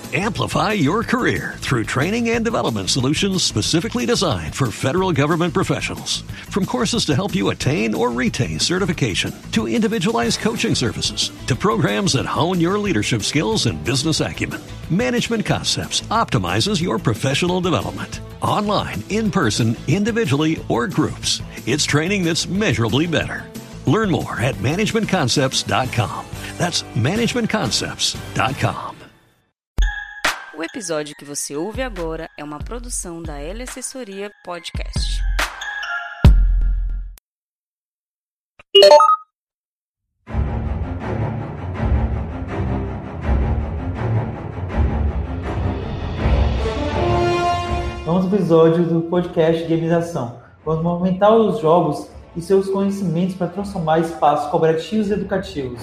Amplify your career through training and development solutions specifically designed for federal government professionals. From courses to help you attain or retain certification, to individualized coaching services, to programs that hone your leadership skills and business acumen, Management Concepts optimizes your professional development. Online, in person, individually, or groups, it's training that's measurably better. Learn more at managementconcepts.com. That's managementconcepts.com. O episódio que você ouve agora é uma produção da L Assessoria Podcast. Vamos ao episódio do podcast Gamização. Vamos movimentar os jogos e seus conhecimentos para transformar espaços colaborativos e educativos.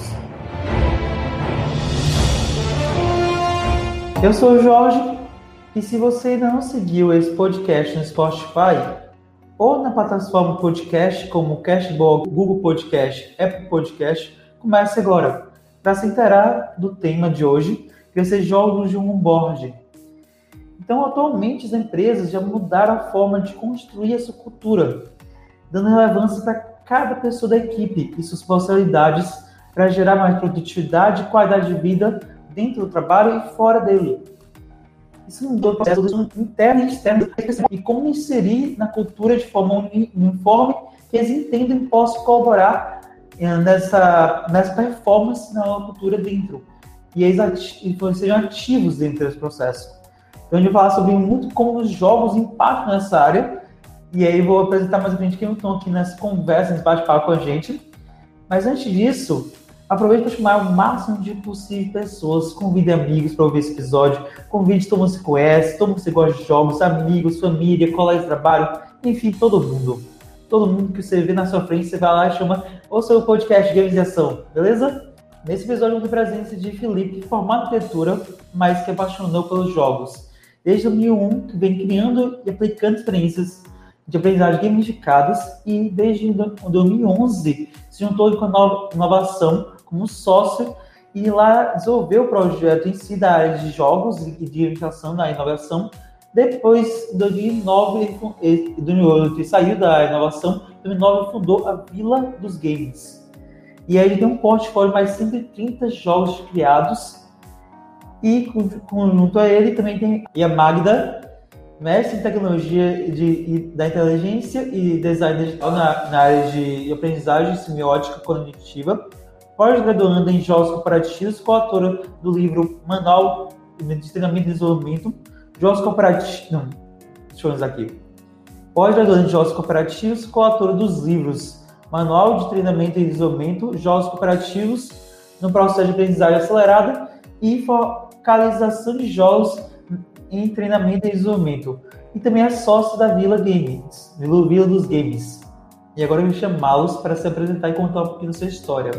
Eu sou o Jorge, e se você ainda não seguiu esse podcast no Spotify ou na plataforma podcast como Cashbox, Google Podcast, Apple Podcast, comece agora para se inteirar do tema de hoje, que vai ser jogos de onboard. Então, atualmente, as empresas já mudaram a forma de construir essa cultura, dando relevância para cada pessoa da equipe e suas possibilidades para gerar mais produtividade e qualidade de vida dentro do trabalho e fora dele. Isso mudou o processo interno e externo e como inserir na cultura de forma uniforme que eles entendam e possam colaborar nessa performance na cultura dentro. E eles sejam ativos dentro desse processo. Então, a gente vai falar sobre muito como os jogos impactam nessa área. E aí, vou apresentar mais à frente quem estão aqui nessa conversa, nesse bate-papo com a gente. Mas antes disso, aproveite para chamar o máximo de possível pessoas. Convide amigos para ouvir esse episódio. Convide todo mundo que você conhece, todo mundo que você gosta de jogos, amigos, família, colegas de trabalho, enfim, todo mundo. Todo mundo que você vê na sua frente, você vai lá e chama o seu podcast de gamização, beleza? Nesse episódio, eu tenho a presença de Felipe, formado em arquitetura, mas que apaixonou pelos jogos. Desde 2001, que vem criando e aplicando experiências de aprendizagem gamificadas e desde 2011 se juntou com a inovação como sócio e lá desenvolveu o projeto em si da área de jogos e de gamificação da inovação. Depois, em 2009, ele saiu da inovação, em 2009 fundou a Vila dos Games. E aí ele tem um portfólio de mais de 130 jogos criados. E junto a ele também tem a Magda, mestre em tecnologia da inteligência e design digital na área de aprendizagem semiótica cognitiva, pós-graduanda em jogos comparativos, coautora do livro Manual de Treinamento e Desenvolvimento, Jogos Comparativos. Pós-graduanda em jogos comparativos, coautora dos livros Manual de Treinamento e Desenvolvimento, Jogos Comparativos no Processo de Aprendizagem Acelerada e focalização de jogos em treinamento e desenvolvimento. E também é sócio da Vila Games, Vila dos Games. E agora eu vou chamá-los para se apresentar e contar um pouquinho da sua história.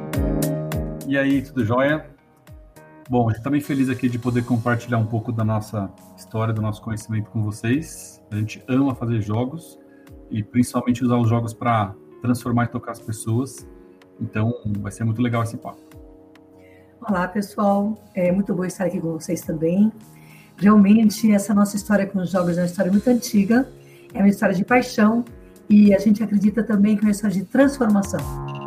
E aí, tudo jóia? Bom, a gente está bem feliz aqui de poder compartilhar um pouco da nossa história, do nosso conhecimento com vocês. A gente ama fazer jogos e principalmente usar os jogos para transformar e tocar as pessoas. Então, vai ser muito legal esse papo. Olá, pessoal. É muito bom estar aqui com vocês também. Realmente, essa nossa história com os jogos é uma história muito antiga, é uma história de paixão e a gente acredita também que é uma história de transformação.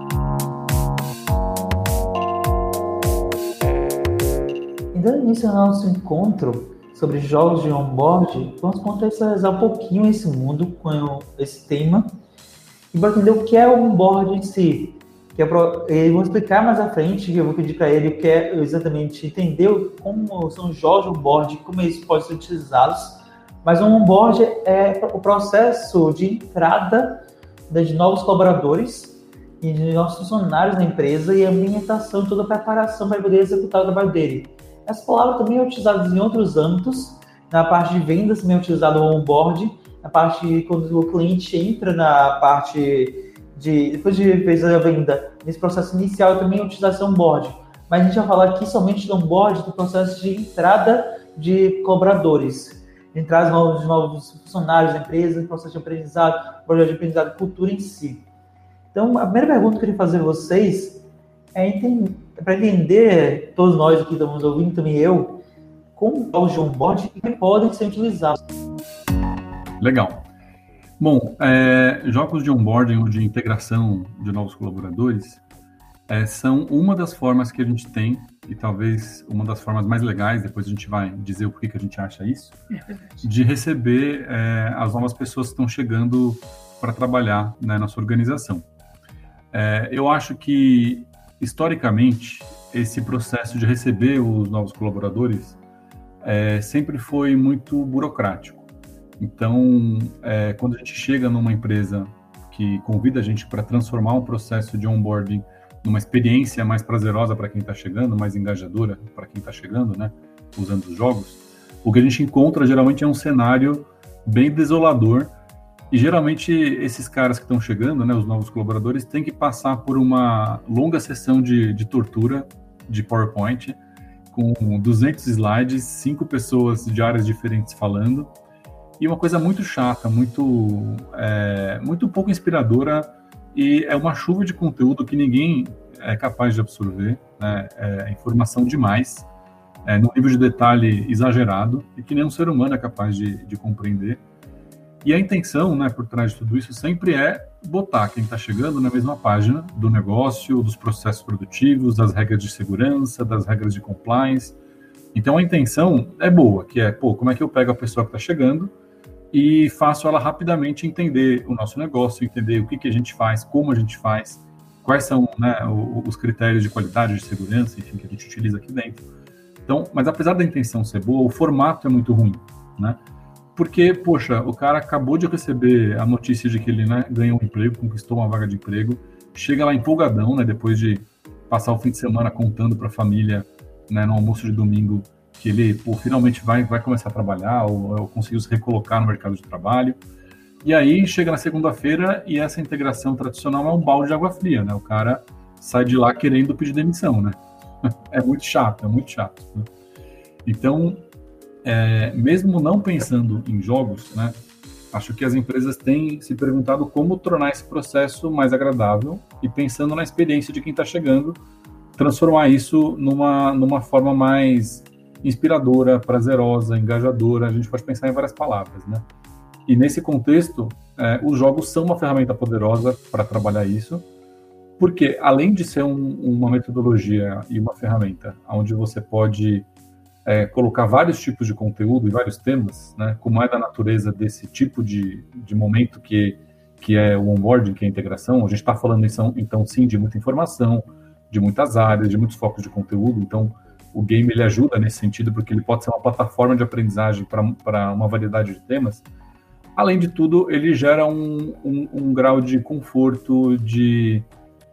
E dando início ao nosso encontro sobre jogos de onboard, vamos contextualizar um pouquinho esse mundo com esse tema e para entender o que é o onboard em si. Eu vou explicar mais à frente, eu vou pedir para ele o que é exatamente entender como são os jogos de onboard, como eles podem ser utilizados. Mas o onboard é o processo de entrada de novos colaboradores e de novos funcionários na empresa e a ambientação, toda a preparação para poder executar o trabalho dele. Essa palavra também é utilizada em outros âmbitos, na parte de vendas também é utilizado o onboard, na parte quando o cliente entra na parte depois de fazer a venda, nesse processo inicial também a utilização onboard. Mas a gente vai falar aqui somente do onboard, do processo de entrada de colaboradores, de entrada de novos funcionários da empresa, processo de aprendizado, projeto de aprendizado, cultura em si. Então, a primeira pergunta que eu queria fazer a vocês é para entender, todos nós aqui estamos ouvindo, também eu, como jogos de onboarding que podem ser utilizados. Legal. Bom, jogos de onboarding ou de integração de novos colaboradores são uma das formas que a gente tem, e talvez uma das formas mais legais, depois a gente vai dizer o porquê que a gente acha isso, de receber as novas pessoas que estão chegando para trabalhar, né, na sua organização. Eu acho que, historicamente, esse processo de receber os novos colaboradores sempre foi muito burocrático. Então, quando a gente chega numa empresa que convida a gente para transformar um processo de onboarding numa experiência mais prazerosa para quem está chegando, mais engajadora para quem está chegando, né, usando os jogos, o que a gente encontra geralmente é um cenário bem desolador, e geralmente esses caras que estão chegando, né, os novos colaboradores, têm que passar por uma longa sessão de tortura de PowerPoint, com 200 slides, 5 pessoas de áreas diferentes falando, e uma coisa muito chata, muito pouco inspiradora, e é uma chuva de conteúdo que ninguém é capaz de absorver, né? Informação demais, num nível de detalhe exagerado, e que nenhum ser humano é capaz de compreender. E a intenção, né, por trás de tudo isso sempre é botar quem está chegando na mesma página do negócio, dos processos produtivos, das regras de segurança, das regras de compliance. Então a intenção é boa, que é, como é que eu pego a pessoa que está chegando e faço ela rapidamente entender o nosso negócio, entender o que a gente faz, como a gente faz, quais são, né, os critérios de qualidade, de segurança, enfim, que a gente utiliza aqui dentro. Então, mas apesar da intenção ser boa, o formato é muito ruim, né? Porque, poxa, o cara acabou de receber a notícia de que ele, né, ganhou um emprego, conquistou uma vaga de emprego, chega lá empolgadão, né, depois de passar o fim de semana contando para a família, né, no almoço de domingo, que ele finalmente vai começar a trabalhar ou conseguiu se recolocar no mercado de trabalho. E aí chega na segunda-feira e essa integração tradicional é um balde de água fria, né? O cara sai de lá querendo pedir demissão, né? É muito chato, né? Então, mesmo não pensando em jogos, né, acho que as empresas têm se perguntado como tornar esse processo mais agradável e, pensando na experiência de quem está chegando, transformar isso numa forma mais inspiradora, prazerosa, engajadora. A gente pode pensar em várias palavras, né? E nesse contexto, os jogos são uma ferramenta poderosa para trabalhar isso, porque além de ser uma metodologia e uma ferramenta onde você pode colocar vários tipos de conteúdo e vários temas, né, como é da natureza desse tipo de momento que é o onboarding, que é a integração. A gente está falando, então, sim, de muita informação, de muitas áreas, de muitos focos de conteúdo. Então, o game ele ajuda nesse sentido, porque ele pode ser uma plataforma de aprendizagem para uma variedade de temas. Além de tudo, ele gera um grau de conforto, de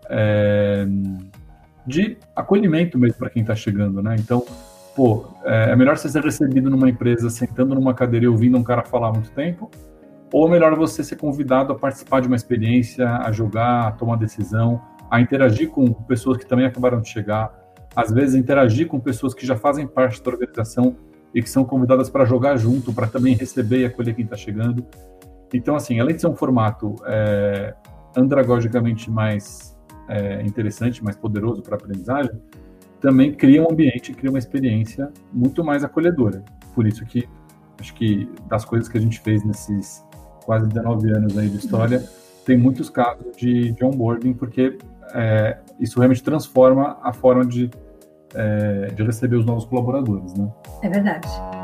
acolhimento mesmo para quem está chegando, né? Então, é melhor você ser recebido numa empresa sentando numa cadeira e ouvindo um cara falar há muito tempo, ou é melhor você ser convidado a participar de uma experiência, a jogar, a tomar decisão, a interagir com pessoas que também acabaram de chegar, às vezes interagir com pessoas que já fazem parte da organização e que são convidadas para jogar junto, para também receber e acolher quem está chegando. Então, assim, além de ser um formato andragogicamente mais interessante, mais poderoso para a aprendizagem, também cria um ambiente, cria uma experiência muito mais acolhedora. Por isso que, acho que das coisas que a gente fez nesses quase 19 anos aí de história, tem muitos casos de onboarding, porque isso realmente transforma a forma de receber os novos colaboradores, né? É verdade.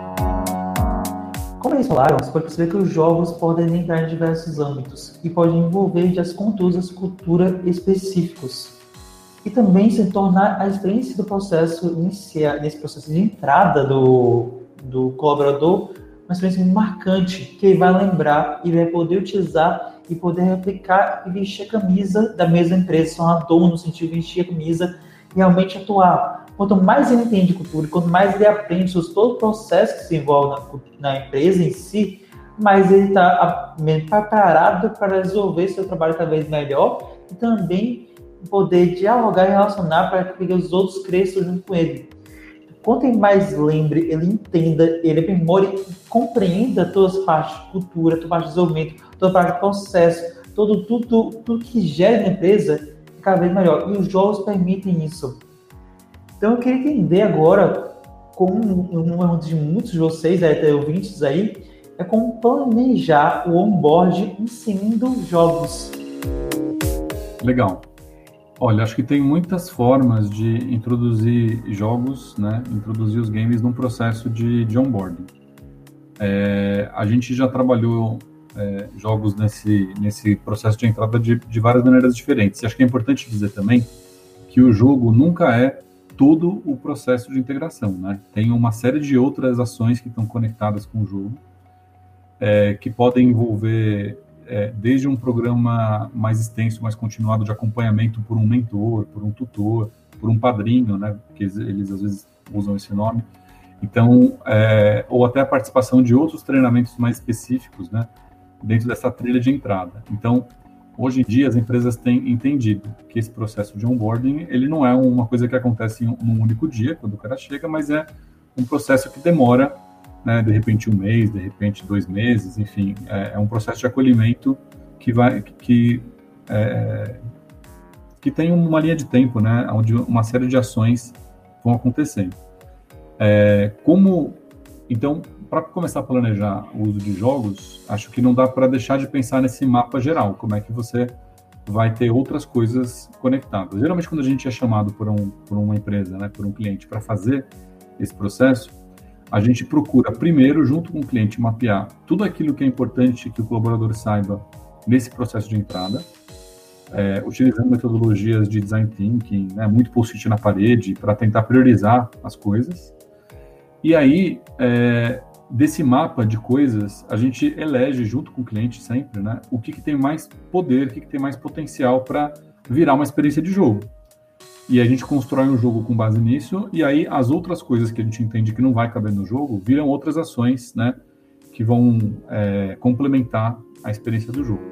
Como eles falaram, você pode perceber que os jogos podem entrar em diversos âmbitos e podem envolver diversos conteúdos de cultura específicos. E também se tornar a experiência do processo inicial, nesse processo de entrada do colaborador, uma experiência marcante, que ele vai lembrar e vai poder utilizar e poder replicar e vestir a camisa da mesma empresa, se tornar dono no sentido de vestir a camisa e realmente atuar. Quanto mais ele entende cultura, quanto mais ele aprende sobre todo o processo que se envolve na empresa em si, mais ele está preparado para resolver seu trabalho cada vez melhor e também poder dialogar e relacionar para que os outros cresçam junto com ele. Quanto mais lembre, ele entenda, ele aprimore e compreenda todas as partes de cultura, toda a parte de desenvolvimento, toda a parte de processo, tudo que gera na empresa, cada vez melhor. E os jogos permitem isso. Então eu queria entender agora uma de muitos de vocês, ouvintes aí, é como planejar o onboard inserindo jogos. Legal. Olha, acho que tem muitas formas de introduzir jogos, né? Introduzir os games num processo de onboarding. A gente já trabalhou jogos nesse processo de entrada de várias maneiras diferentes. E acho que é importante dizer também que o jogo nunca é todo o processo de integração, né? Tem uma série de outras ações que estão conectadas com o jogo, que podem envolver desde um programa mais extenso, mais continuado de acompanhamento por um mentor, por um tutor, por um padrinho, né? Que eles às vezes usam esse nome. Então, ou até a participação de outros treinamentos mais específicos, né? Dentro dessa trilha de entrada. Então, hoje em dia, as empresas têm entendido que esse processo de onboarding, ele não é uma coisa que acontece num único dia, quando o cara chega, mas é um processo que demora, né, de repente 1 mês, de repente 2 meses, enfim, é um processo de acolhimento que tem uma linha de tempo, né, onde uma série de ações vão acontecendo. Então, para começar a planejar o uso de jogos, acho que não dá para deixar de pensar nesse mapa geral, como é que você vai ter outras coisas conectadas. Geralmente, quando a gente é chamado por uma empresa, né, por um cliente, para fazer esse processo, a gente procura primeiro, junto com o cliente, mapear tudo aquilo que é importante que o colaborador saiba nesse processo de entrada, utilizando metodologias de design thinking, né, muito post-it na parede, para tentar priorizar as coisas. E aí, desse mapa de coisas, a gente elege, junto com o cliente sempre, né, o que tem mais poder, o que tem mais potencial para virar uma experiência de jogo. E a gente constrói um jogo com base nisso, e aí as outras coisas que a gente entende que não vai caber no jogo viram outras ações, né, que vão complementar a experiência do jogo.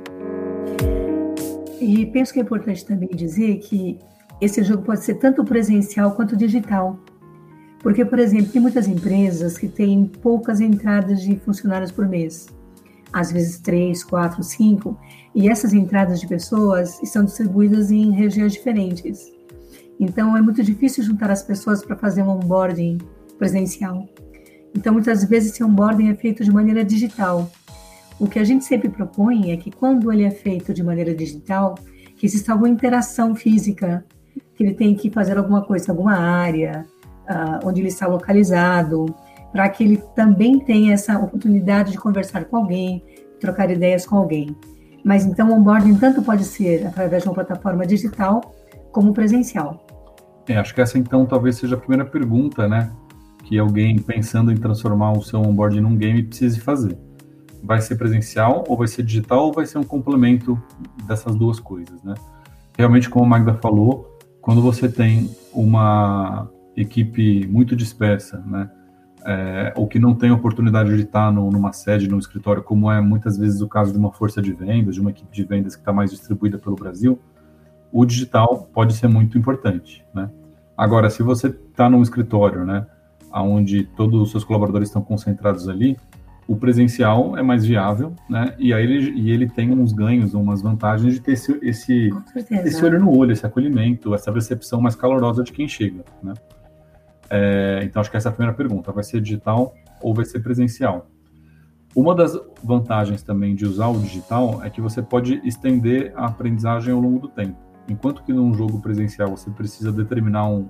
E penso que é importante também dizer que esse jogo pode ser tanto presencial quanto digital. Porque, por exemplo, tem muitas empresas que têm poucas entradas de funcionários por mês. Às vezes 3, 4, 5. E essas entradas de pessoas estão distribuídas em regiões diferentes. Então, é muito difícil juntar as pessoas para fazer um onboarding presencial. Então, muitas vezes, esse onboarding é feito de maneira digital. O que a gente sempre propõe é que, quando ele é feito de maneira digital, que exista alguma interação física, que ele tem que fazer alguma coisa, alguma área, onde ele está localizado, para que ele também tenha essa oportunidade de conversar com alguém, trocar ideias com alguém. Mas então o onboarding tanto pode ser através de uma plataforma digital como presencial. Acho que essa então talvez seja a primeira pergunta, né, que alguém pensando em transformar o seu onboarding num game precise fazer. Vai ser presencial ou vai ser digital ou vai ser um complemento dessas duas coisas, né? Realmente, como a Magda falou, quando você tem uma equipe muito dispersa, né, ou que não tem oportunidade de estar numa sede, num escritório, como é muitas vezes o caso de uma força de vendas, de uma equipe de vendas que está mais distribuída pelo Brasil, o digital pode ser muito importante, né? Agora, se você está num escritório, né, onde todos os seus colaboradores estão concentrados ali, o presencial é mais viável, né? E aí ele tem uns ganhos, umas vantagens de ter esse olho no olho, esse acolhimento, essa recepção mais calorosa de quem chega, né? Então, acho que essa é a primeira pergunta. Vai ser digital ou vai ser presencial? Uma das vantagens também de usar o digital é que você pode estender a aprendizagem ao longo do tempo. Enquanto que num jogo presencial você precisa determinar um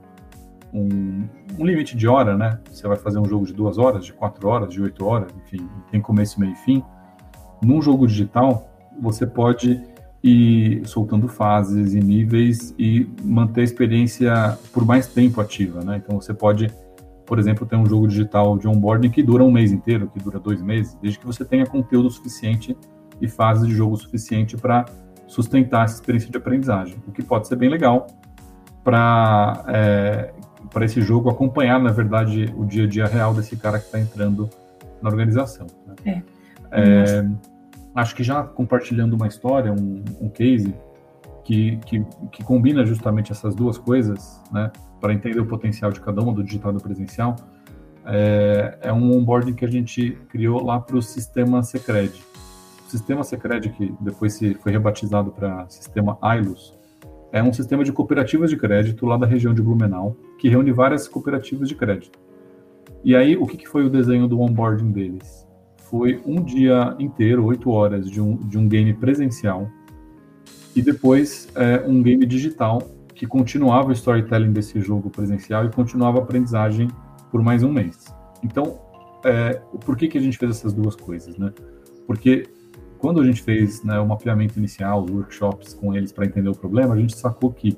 limite de hora, né? Você vai fazer um jogo de 2 horas, de 4 horas, de 8 horas, enfim, tem começo, meio e fim. Num jogo digital, você pode ir soltando fases e níveis e manter a experiência por mais tempo ativa, né? Então você pode, por exemplo, ter um jogo digital de onboarding que dura 1 mês inteiro, que dura 2 meses, desde que você tenha conteúdo suficiente e fases de jogo suficiente para sustentar essa experiência de aprendizagem, o que pode ser bem legal para esse jogo acompanhar, na verdade, o dia a dia real desse cara que está entrando na organização, né? Acho que já compartilhando uma história, um case que combina justamente essas duas coisas, né, para entender o potencial de cada uma, do digital e do presencial, é um onboarding que a gente criou lá para o Sistema Sicredi. O Sistema Sicredi, que depois foi rebatizado para Sistema Ailus, é um sistema de cooperativas de crédito lá da região de Blumenau, que reúne várias cooperativas de crédito. E aí, o que foi o desenho do onboarding deles? Foi um dia inteiro, 8 horas, de um game presencial, e depois um game digital, que continuava o storytelling desse jogo presencial e continuava a aprendizagem por mais um mês. Então, por que a gente fez essas duas coisas, né? Porque quando a gente fez, né, o mapeamento inicial, os workshops com eles para entender o problema, a gente sacou que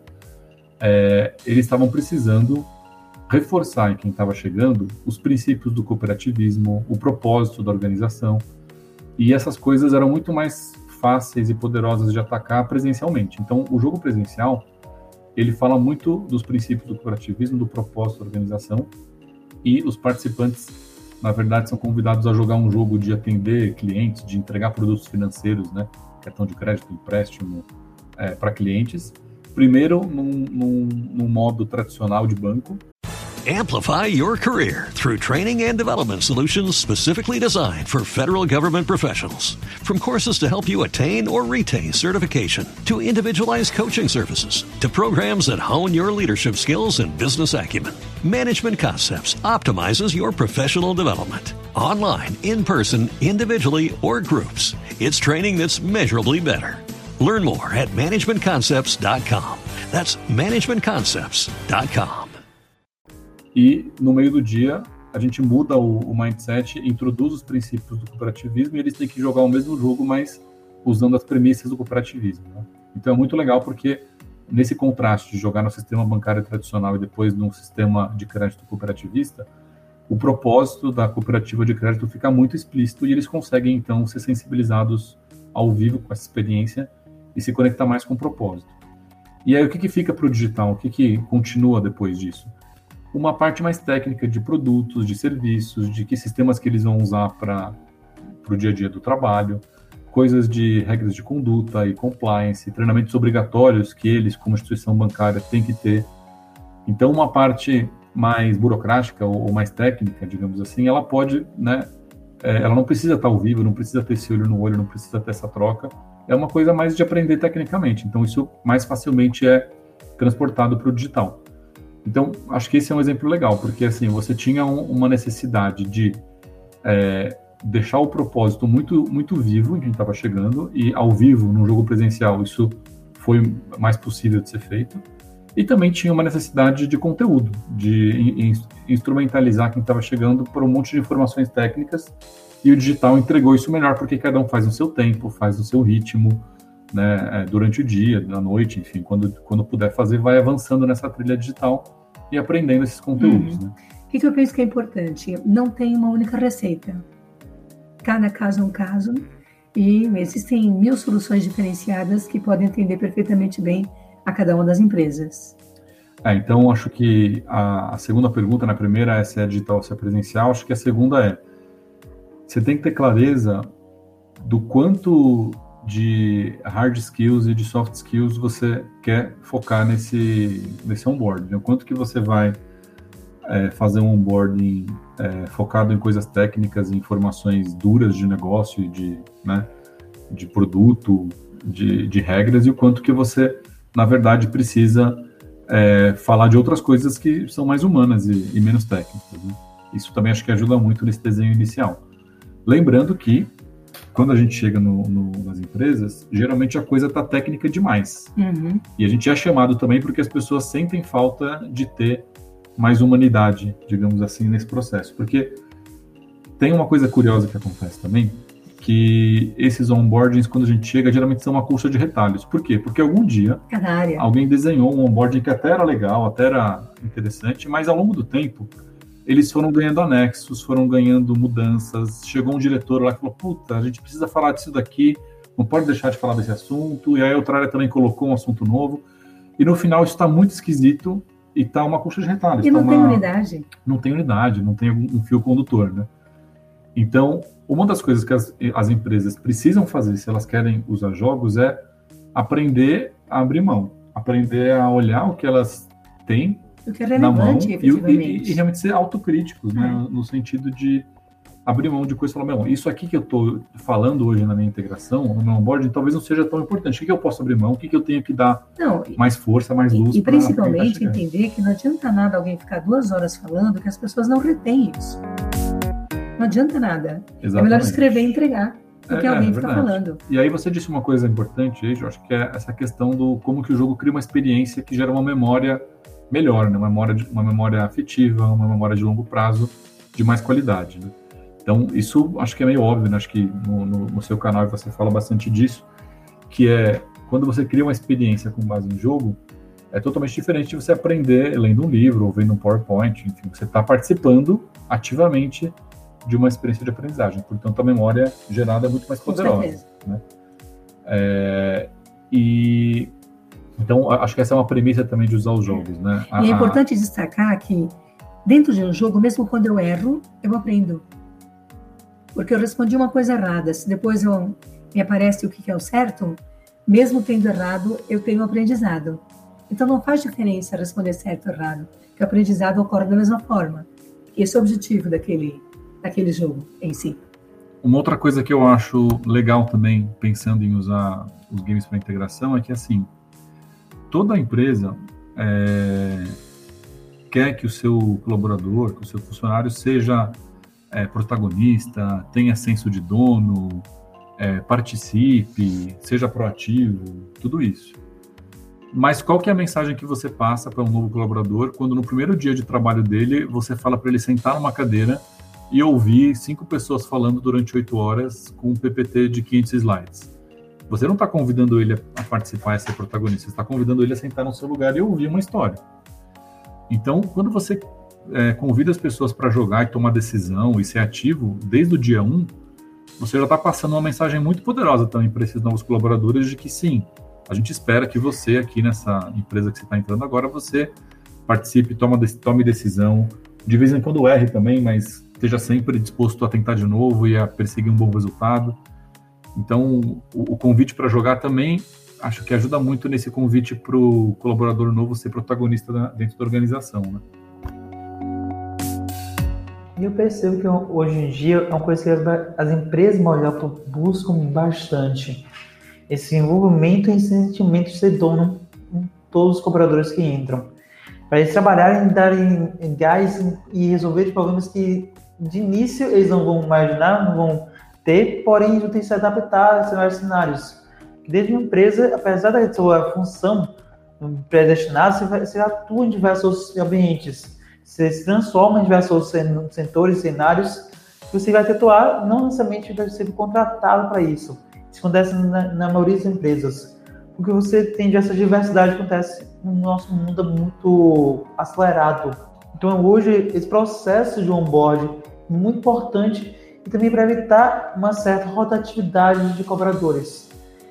eles estavam precisando reforçar em quem estava chegando os princípios do cooperativismo, o propósito da organização, e essas coisas eram muito mais fáceis e poderosas de atacar presencialmente. Então, o jogo presencial, ele fala muito dos princípios do cooperativismo, do propósito da organização, e os participantes, na verdade, são convidados a jogar um jogo de atender clientes, de entregar produtos financeiros, né, cartão de crédito, empréstimo, para clientes, primeiro num modo tradicional de banco. Amplify your career through training and development solutions specifically designed for federal government professionals. From courses to help you attain or retain certification, to individualized coaching services, to programs that hone your leadership skills and business acumen, Management Concepts optimizes your professional development. Online, in person, individually, or groups, it's training that's measurably better. Learn more at managementconcepts.com. That's managementconcepts.com. E, no meio do dia, a gente muda o mindset, introduz os princípios do cooperativismo e eles têm que jogar o mesmo jogo, mas usando as premissas do cooperativismo, né? Então é muito legal porque, nesse contraste de jogar no sistema bancário tradicional e depois num sistema de crédito cooperativista, o propósito da cooperativa de crédito fica muito explícito e eles conseguem, então, ser sensibilizados ao vivo com essa experiência e se conectar mais com o propósito. E aí, o que fica para o digital? O que continua depois disso? Uma parte mais técnica de produtos, de serviços, de que sistemas que eles vão usar para o dia a dia do trabalho, coisas de regras de conduta e compliance, treinamentos obrigatórios que eles, como instituição bancária, têm que ter. Então, uma parte mais burocrática ou mais técnica, digamos assim, ela pode, né, ela não precisa estar ao vivo, não precisa ter esse olho no olho, não precisa ter essa troca. É uma coisa mais de aprender tecnicamente. Então, isso mais facilmente é transportado para o digital. Então, acho que esse é um exemplo legal, porque assim, você tinha uma necessidade de deixar o propósito muito, muito vivo em quem estava chegando, e ao vivo, num jogo presencial, isso foi mais possível de ser feito. E também tinha uma necessidade de conteúdo, de instrumentalizar quem estava chegando por um monte de informações técnicas, e o digital entregou isso melhor, porque cada um faz no seu tempo, faz no seu ritmo, né, durante o dia, na noite, enfim, quando puder fazer, vai avançando nessa trilha digital e aprendendo esses conteúdos. Né? O que eu penso que é importante? Não tem uma única receita. Cada caso é um caso, e existem 1000 soluções diferenciadas que podem atender perfeitamente bem a cada uma das empresas. Então, acho que a segunda pergunta, na primeira, se é digital ou se é presencial, acho que a segunda você tem que ter clareza do quanto de hard skills e de soft skills você quer focar nesse onboarding. O quanto que você vai fazer um onboarding focado em coisas técnicas, em informações duras de negócio e de produto, de regras, e o quanto que você, na verdade, precisa falar de outras coisas que são mais humanas e menos técnicas. Né? Isso também acho que ajuda muito nesse desenho inicial. Lembrando que quando a gente chega nas empresas, geralmente a coisa está técnica demais. Uhum. E a gente é chamado também porque as pessoas sentem falta de ter mais humanidade, digamos assim, nesse processo. Porque tem uma coisa curiosa que acontece também, que esses onboardings, quando a gente chega, geralmente são uma colcha de retalhos. Por quê? Porque algum dia alguém desenhou um onboarding que até era legal, até era interessante, mas ao longo do tempo eles foram ganhando anexos, foram ganhando mudanças. Chegou um diretor lá que falou, puta, a gente precisa falar disso daqui, não pode deixar de falar desse assunto. E aí a outra área também colocou um assunto novo. E no final isso está muito esquisito e está uma colcha de retalhos. E não tem unidade. Não tem unidade, não tem um fio condutor, né? Então, uma das coisas que as empresas precisam fazer, se elas querem usar jogos, é aprender a abrir mão. Aprender a olhar o que elas têm o que é relevante, e realmente ser autocríticos, né? No sentido de abrir mão de coisa e falar, isso aqui que eu estou falando hoje na minha integração, no meu onboarding, talvez não seja tão importante. O que eu posso abrir mão? O que eu tenho que dar mais força, mais luz? E principalmente entender que não adianta nada alguém ficar 2 horas falando que as pessoas não retêm isso. Não adianta nada. Exatamente. É melhor escrever e entregar do que alguém ficar falando. E aí você disse uma coisa importante aí, eu acho que é essa questão do como que o jogo cria uma experiência que gera uma memória melhor, né? Uma memória afetiva, uma memória de longo prazo, de mais qualidade, né? Então, isso acho que é meio óbvio, né? Acho que no seu canal você fala bastante disso, que é quando você cria uma experiência com base em jogo, é totalmente diferente de você aprender lendo um livro ou vendo um PowerPoint, enfim, você está participando ativamente de uma experiência de aprendizagem, portanto a memória gerada é muito mais poderosa, né? E então acho que essa é uma premissa também de usar os jogos, né? E é importante destacar que dentro de um jogo, mesmo quando eu erro, eu aprendo. Porque eu respondi uma coisa errada. Se depois me aparece o que é o certo, mesmo tendo errado, eu tenho aprendizado. Então não faz diferença responder certo ou errado, porque o aprendizado ocorre da mesma forma. Esse é o objetivo daquele jogo em si. Uma outra coisa que eu acho legal também, pensando em usar os games para integração, é que assim, toda empresa quer que o seu colaborador, que o seu funcionário seja protagonista, tenha senso de dono, participe, seja proativo, tudo isso. Mas qual que é a mensagem que você passa para um novo colaborador quando no primeiro dia de trabalho dele, você fala para ele sentar numa cadeira e ouvir 5 pessoas falando durante 8 horas com um PPT de 500 slides? Você não está convidando ele a participar e ser protagonista, você está convidando ele a sentar no seu lugar e ouvir uma história. Então, quando você convida as pessoas para jogar e tomar decisão e ser ativo desde o dia 1, você já está passando uma mensagem muito poderosa também para esses novos colaboradores de que sim, a gente espera que você aqui nessa empresa que você está entrando agora, você participe, tome decisão, de vez em quando erre também, mas esteja sempre disposto a tentar de novo e a perseguir um bom resultado. Então, o convite para jogar também, acho que ajuda muito nesse convite para o colaborador novo ser protagonista dentro da organização, né? E eu percebo que hoje em dia é uma coisa que as empresas modernas buscam bastante. Esse envolvimento e sentimento de ser dono em todos os colaboradores que entram. Para eles trabalharem, darem gás e resolver problemas que de início eles não vão imaginar, não vão ter, porém eles vão ter que se adaptar a esses vários cenários. Dentro de uma empresa, apesar da sua função predestinada, você atua em diversos ambientes. Você se transforma em diversos setores, cenários, que você vai ter que atuar, não necessariamente vai ser contratado para isso. Isso acontece na maioria das empresas. Porque você tem essa diversidade que acontece no nosso mundo muito acelerado. Então, hoje, esse processo de onboard é muito importante e também para evitar uma certa rotatividade de colaboradores.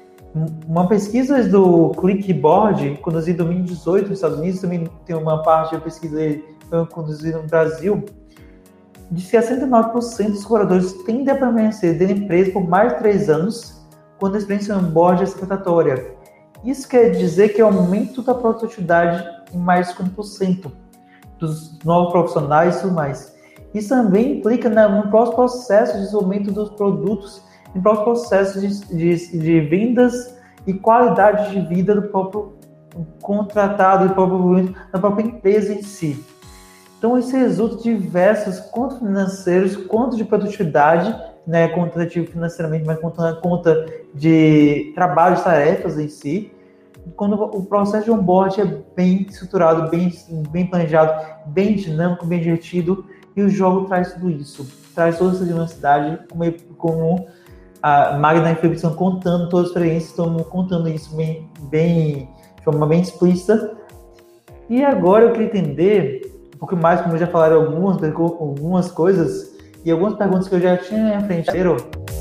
Uma pesquisa do Clickboard, conduzida em 2018 nos Estados Unidos, também tem uma parte da pesquisa conduzida no Brasil, diz que 69% dos colaboradores tendem a permanecer dentro da empresa por mais de 3 anos quando a experiência onboard é satisfatória. Isso quer dizer que é o aumento da produtividade em mais de 50% dos novos profissionais e tudo mais. Isso também implica no próximo processo de desenvolvimento dos produtos, no próximo processo de vendas e qualidade de vida do próprio contratado, da própria empresa em si. Então, isso resulta de diversos, quanto financeiros, quanto de produtividade, né, conta financeiramente, mas conta de trabalho, de tarefas em si, quando o processo de onboard é bem estruturado, bem planejado, bem dinâmico, bem divertido, e o jogo traz tudo isso, traz toda essa diversidade, como a Magna e o Felipe estão contando todas as experiências, estão contando isso de forma bem explícita. E agora eu queria entender um pouco mais, como eu já falaram algumas coisas, e algumas perguntas que eu já tinha enfrentado.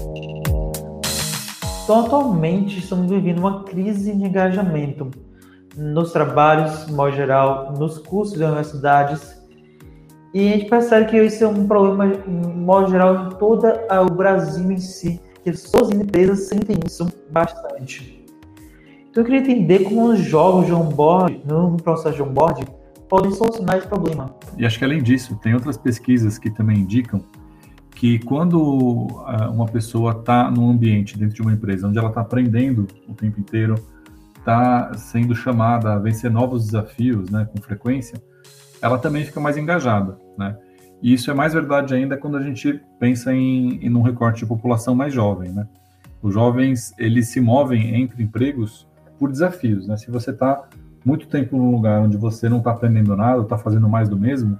Então, atualmente, estamos vivendo uma crise de engajamento nos trabalhos, de modo geral, nos cursos das universidades. E a gente percebe que isso é um problema, de modo geral, em todo o Brasil em si, que todas as empresas sentem isso bastante. Então, eu queria entender como os jogos de onboard, no processo de onboard, podem solucionar esse problema. E acho que, além disso, tem outras pesquisas que também indicam que quando uma pessoa está num ambiente dentro de uma empresa onde ela está aprendendo o tempo inteiro, está sendo chamada a vencer novos desafios, né, com frequência, ela também fica mais engajada, né? E isso é mais verdade ainda quando a gente pensa em um recorte de população mais jovem, né? Os jovens, eles se movem entre empregos por desafios, né? Se você está muito tempo num lugar onde você não está aprendendo nada, está fazendo mais do mesmo,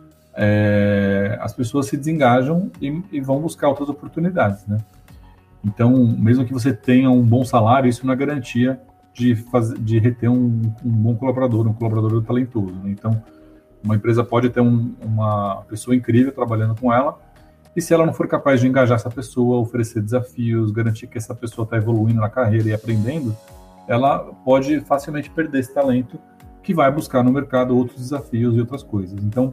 as pessoas se desengajam e vão buscar outras oportunidades, né? Então, mesmo que você tenha um bom salário, isso não é garantia de reter um bom colaborador, um colaborador talentoso, né? Então, uma empresa pode ter uma pessoa incrível trabalhando com ela, e se ela não for capaz de engajar essa pessoa, oferecer desafios, garantir que essa pessoa está evoluindo na carreira e aprendendo, ela pode facilmente perder esse talento que vai buscar no mercado outros desafios e outras coisas. Então,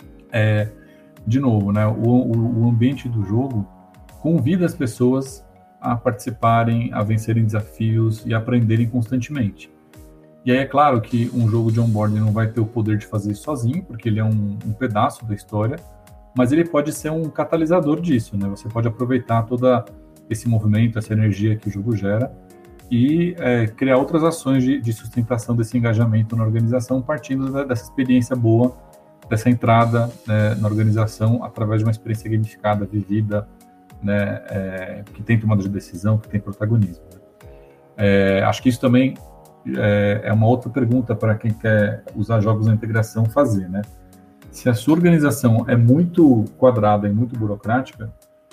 de novo, né, o ambiente do jogo convida as pessoas a participarem, a vencerem desafios e a aprenderem constantemente. E aí é claro que um jogo de onboarding não vai ter o poder de fazer isso sozinho, porque ele é um pedaço da história, mas ele pode ser um catalisador disso, né? Você pode aproveitar todo esse movimento, essa energia que o jogo gera e criar outras ações de sustentação desse engajamento na organização, partindo dessa experiência boa, dessa entrada, né, na organização, através de uma experiência gamificada, vivida, né, que tem tomada de decisão, que tem protagonismo. Acho que isso também é uma outra pergunta para quem quer usar jogos na integração fazer, né? Se a sua organização é muito quadrada e muito burocrática,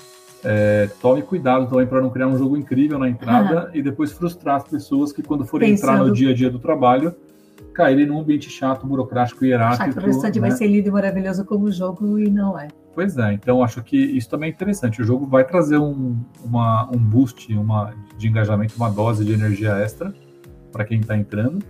tome cuidado também para não criar um jogo incrível na entrada e depois frustrar as pessoas que, quando forem entrar no dia a dia do trabalho, caírem num ambiente chato, burocrático e hierárquico. Achar que o restante vai ser lindo e maravilhoso como o jogo, e não é. Pois é, então acho que isso também é interessante. O jogo vai trazer um boost de engajamento, uma dose de energia extra para quem está entrando,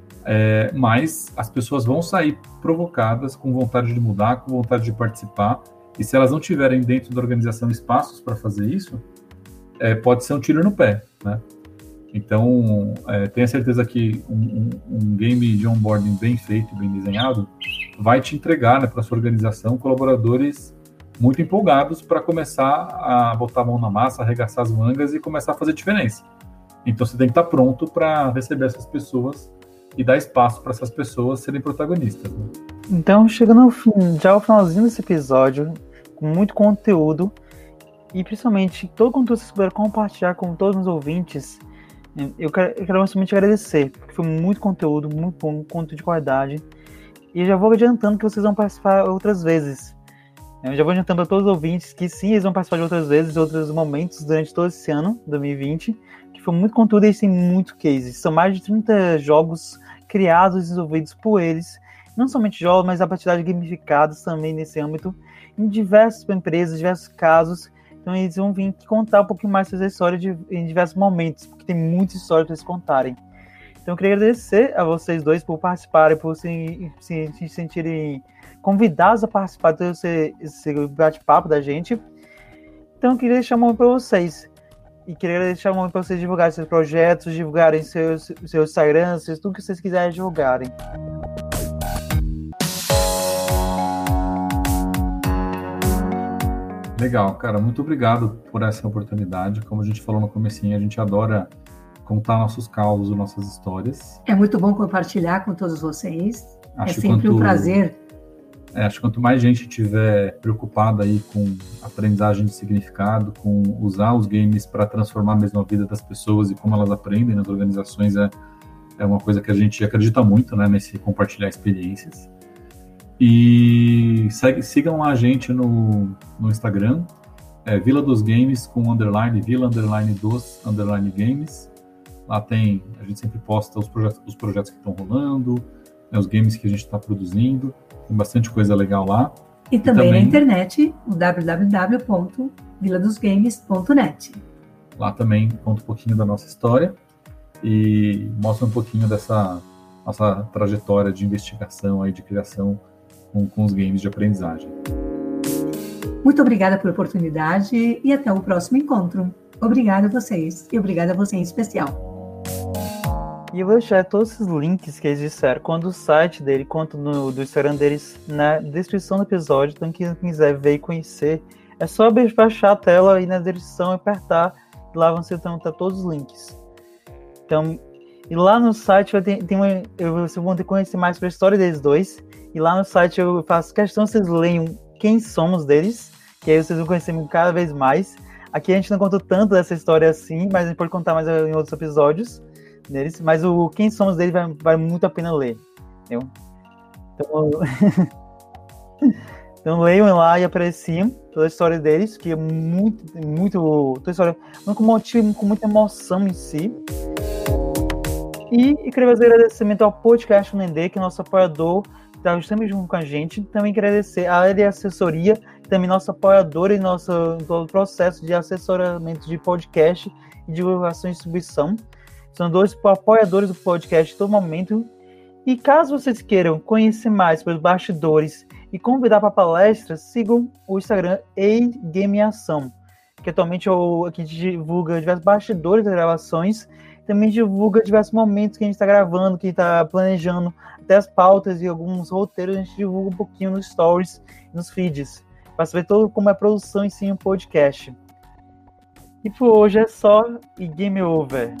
mas as pessoas vão sair provocadas, com vontade de mudar, com vontade de participar, e se elas não tiverem dentro da organização espaços para fazer isso, pode ser um tiro no pé, né? Então, tenha certeza que um game de onboarding bem feito, bem desenhado, vai te entregar, né, para sua organização colaboradores muito empolgados para começar a botar a mão na massa, arregaçar as mangas e começar a fazer diferença. Então, você tem que estar pronto para receber essas pessoas e dar espaço para essas pessoas serem protagonistas, né? Então, chegando já ao finalzinho desse episódio, com muito conteúdo, e principalmente todo o conteúdo que vocês puderam compartilhar com todos os ouvintes, eu quero somente agradecer, porque foi muito conteúdo, muito bom, conteúdo de qualidade, e já vou adiantando que vocês vão participar outras vezes. Eu já vou adiantando para todos os ouvintes que sim, eles vão participar de outras vezes, outros momentos durante todo esse ano, 2020, que foi muito conteúdo e eles têm muito cases. São mais de 30 jogos criados e desenvolvidos por eles, não somente jogos, mas habilidades gamificadas também nesse âmbito, em diversas empresas, diversos casos. Então eles vão vir contar um pouquinho mais sobre essa história em diversos momentos, porque tem muita história para eles contarem. Então eu queria agradecer a vocês dois por participarem, por se sentirem convidados a participar desse bate-papo da gente. Então eu queria deixar um momento para vocês. E queria deixar um momento para vocês divulgarem seus projetos, divulgarem seus Instagrams, tudo que vocês quiserem divulgarem. Legal, cara, muito obrigado por essa oportunidade. Como a gente falou no comecinho, a gente adora contar nossos causos, nossas histórias. É muito bom compartilhar com todos vocês. Acho é sempre um prazer. Acho que quanto mais gente estiver preocupada aí com aprendizagem de significado, com usar os games para transformar mesmo a vida das pessoas e como elas aprendem nas organizações, é uma coisa que a gente acredita muito, né, nesse compartilhar experiências. E sigam lá a gente no Instagram, Vila dos Games, com underline, Vila underline dos underline games. Lá a gente sempre posta os projetos que estão rolando, né, os games que a gente está produzindo. Tem bastante coisa legal lá. E também na internet, o www.viladosgames.net. Lá também conta um pouquinho da nossa história e mostra um pouquinho dessa nossa trajetória de investigação, aí, de criação com os games de aprendizagem. Muito obrigada pela oportunidade e até o próximo encontro. Obrigada a vocês e obrigada a você em especial. E eu vou deixar todos esses links que eles disseram, quanto do site dele, quanto do Instagram deles, na descrição do episódio. Então, quem quiser ver e conhecer É só baixar a tela aí na descrição e apertar, e lá você tem todos os links. Então, e lá no site vocês vão ter que conhecer mais sobre a história deles dois. E lá no site eu faço questão que vocês leiam quem somos deles, que aí vocês vão conhecer cada vez mais. Aqui a gente não contou tanto dessa história assim, mas a gente pode contar mais em outros episódios deles. Mas o quem somos deles vai muito a pena ler. Entendeu? Então leiam lá e apreciem toda a história deles, que é toda a história com motivo, com muita emoção em si. E queria fazer agradecimento ao Podcast Nendê, que é nosso apoiador, que está sempre junto com a gente. Também queria agradecer a área de assessoria, também nosso apoiador em todo o processo de assessoramento de podcast e divulgação e distribuição. São 2 apoiadores do podcast em todo momento. E caso vocês queiram conhecer mais pelos bastidores e convidar para palestras, sigam o Instagram eGameação, que atualmente a gente divulga diversos bastidores das gravações, também divulga diversos momentos que a gente está gravando, que está planejando, até as pautas e alguns roteiros a gente divulga um pouquinho nos stories e nos feeds, para saber todo como é a produção em si um podcast. E por hoje é só e game over.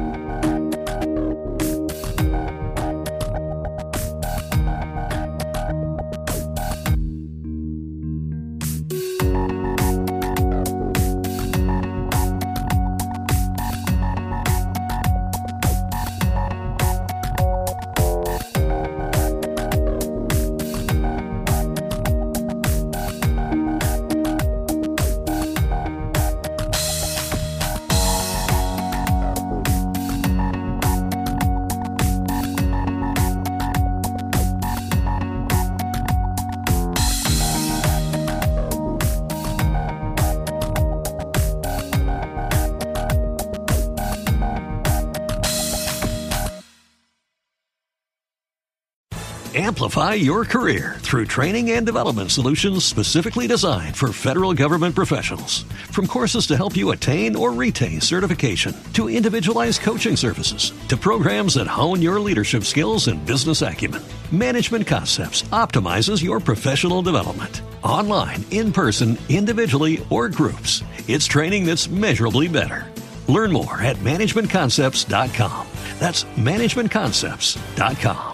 Amplify your career through training and development solutions specifically designed for federal government professionals. From courses to help you attain or retain certification, to individualized coaching services, to programs that hone your leadership skills and business acumen, Management Concepts optimizes your professional development. Online, in person, individually, or groups, it's training that's measurably better. Learn more at managementconcepts.com. That's managementconcepts.com.